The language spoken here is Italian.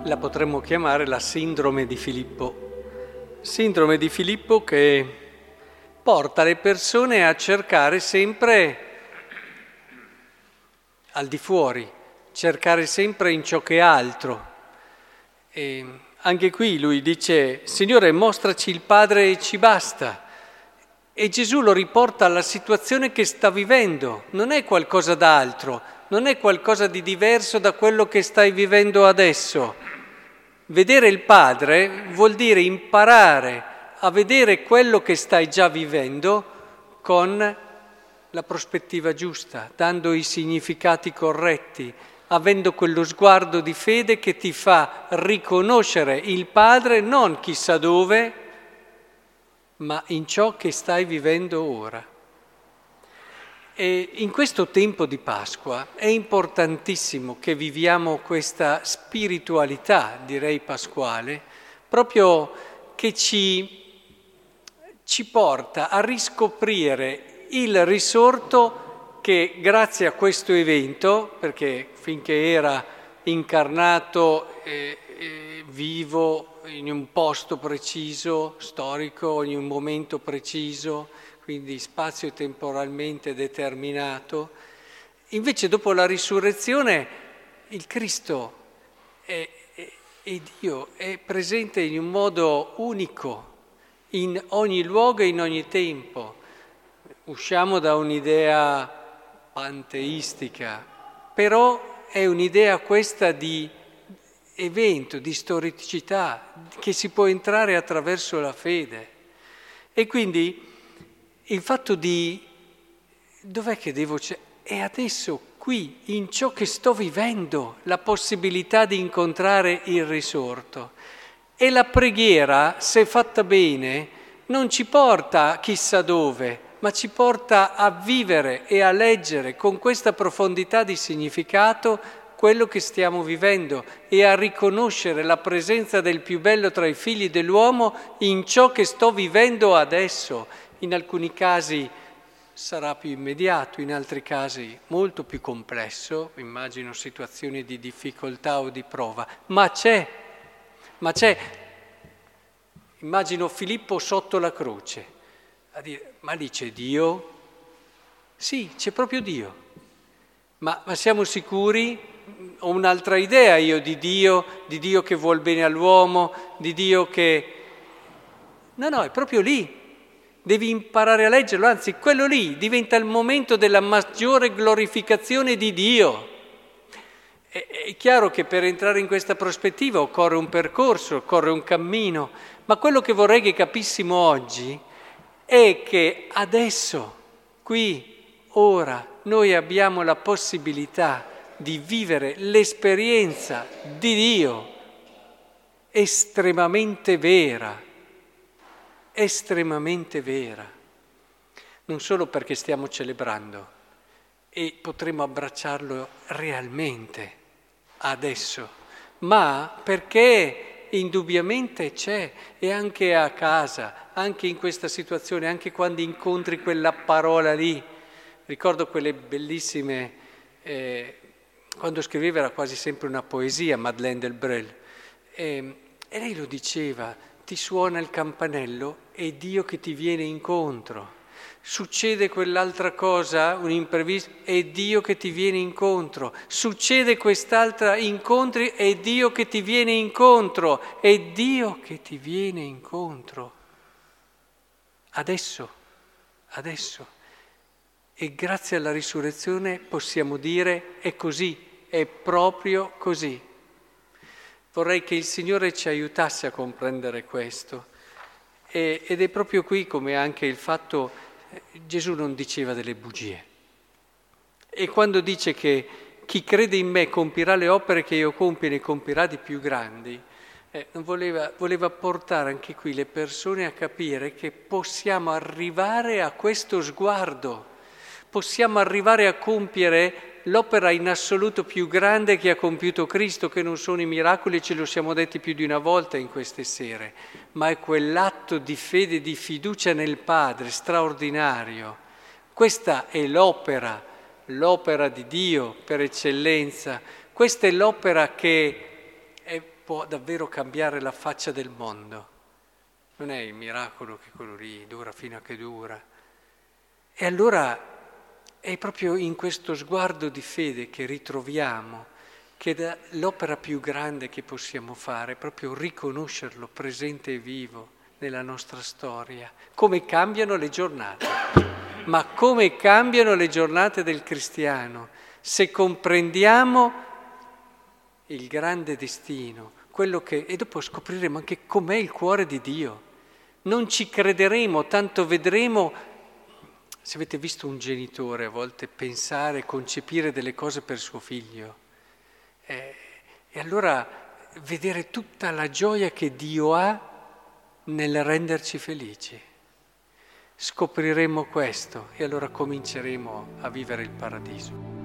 La potremmo chiamare la sindrome di Filippo. Sindrome di Filippo che porta le persone a cercare sempre al di fuori, cercare sempre in ciò che è altro. E anche qui lui dice: Signore, mostraci il Padre e ci basta. E Gesù lo riporta alla situazione che sta vivendo, non è qualcosa d'altro, non è qualcosa di diverso da quello che stai vivendo adesso. Vedere il Padre vuol dire imparare a vedere quello che stai già vivendo con la prospettiva giusta, dando i significati corretti, avendo quello sguardo di fede che ti fa riconoscere il Padre non chissà dove, ma in ciò che stai vivendo ora. E in questo tempo di Pasqua è importantissimo che viviamo questa spiritualità, direi pasquale, proprio che ci porta a riscoprire il risorto che grazie a questo evento, perché finché era incarnato vivo in un posto preciso, storico, in un momento preciso, quindi spazio e temporalmente determinato. Invece dopo la risurrezione il Cristo è Dio, è presente in un modo unico, in ogni luogo e in ogni tempo. Usciamo da un'idea panteistica, però è un'idea questa di evento, di storicità, che si può entrare attraverso la fede. E quindi il fatto di dov'è che è adesso, qui, in ciò che sto vivendo, la possibilità di incontrare il risorto. E la preghiera, se fatta bene, non ci porta chissà dove, ma ci porta a vivere e a leggere con questa profondità di significato quello che stiamo vivendo e a riconoscere la presenza del più bello tra i figli dell'uomo in ciò che sto vivendo adesso. In alcuni casi sarà più immediato, in altri casi molto più complesso, immagino situazioni di difficoltà o di prova, ma c'è. Immagino Filippo sotto la croce, a dire: ma lì c'è Dio? Sì, c'è proprio Dio, ma siamo sicuri? Ho un'altra idea io di Dio che vuol bene all'uomo, di Dio che... No, è proprio lì. Devi imparare a leggerlo, anzi quello lì diventa il momento della maggiore glorificazione di Dio. È chiaro che per entrare in questa prospettiva occorre un percorso, occorre un cammino, ma quello che vorrei che capissimo oggi è che adesso, qui, ora, noi abbiamo la possibilità di vivere l'esperienza di Dio estremamente vera, non solo perché stiamo celebrando e potremo abbracciarlo realmente adesso, ma perché indubbiamente c'è, e anche a casa, anche in questa situazione, anche quando incontri quella parola lì. Ricordo quelle bellissime, quando scriveva era quasi sempre una poesia, Madeleine Delbrel, e lei lo diceva: ti suona il campanello, è Dio che ti viene incontro. Succede quell'altra cosa, un imprevisto, è Dio che ti viene incontro. Succede quest'altra incontri, è Dio che ti viene incontro. È Dio che ti viene incontro. Adesso. E grazie alla risurrezione possiamo dire: è così, è proprio così. Vorrei che il Signore ci aiutasse a comprendere questo. Ed è proprio qui come anche il fatto, Gesù non diceva delle bugie. E quando dice che chi crede in me compirà le opere che io compio e ne compirà di più grandi, voleva portare anche qui le persone a capire che possiamo arrivare a questo sguardo, possiamo arrivare a compiere l'opera in assoluto più grande che ha compiuto Cristo, che non sono i miracoli, ce lo siamo detti più di una volta in queste sere, ma è quell'atto di fede e di fiducia nel Padre straordinario. Questa è l'opera di Dio per eccellenza. Questa è l'opera che può davvero cambiare la faccia del mondo. Non è il miracolo che quello lì dura fino a che dura. E allora è proprio in questo sguardo di fede che ritroviamo che l'opera più grande che possiamo fare è proprio riconoscerlo presente e vivo nella nostra storia. Come cambiano le giornate, ma come cambiano le giornate del cristiano se comprendiamo il grande destino, quello che, e dopo scopriremo anche com'è il cuore di Dio. Non ci crederemo, tanto vedremo. Se avete visto un genitore a volte pensare, concepire delle cose per suo figlio, e allora vedere tutta la gioia che Dio ha nel renderci felici. Scopriremo questo e allora cominceremo a vivere il paradiso.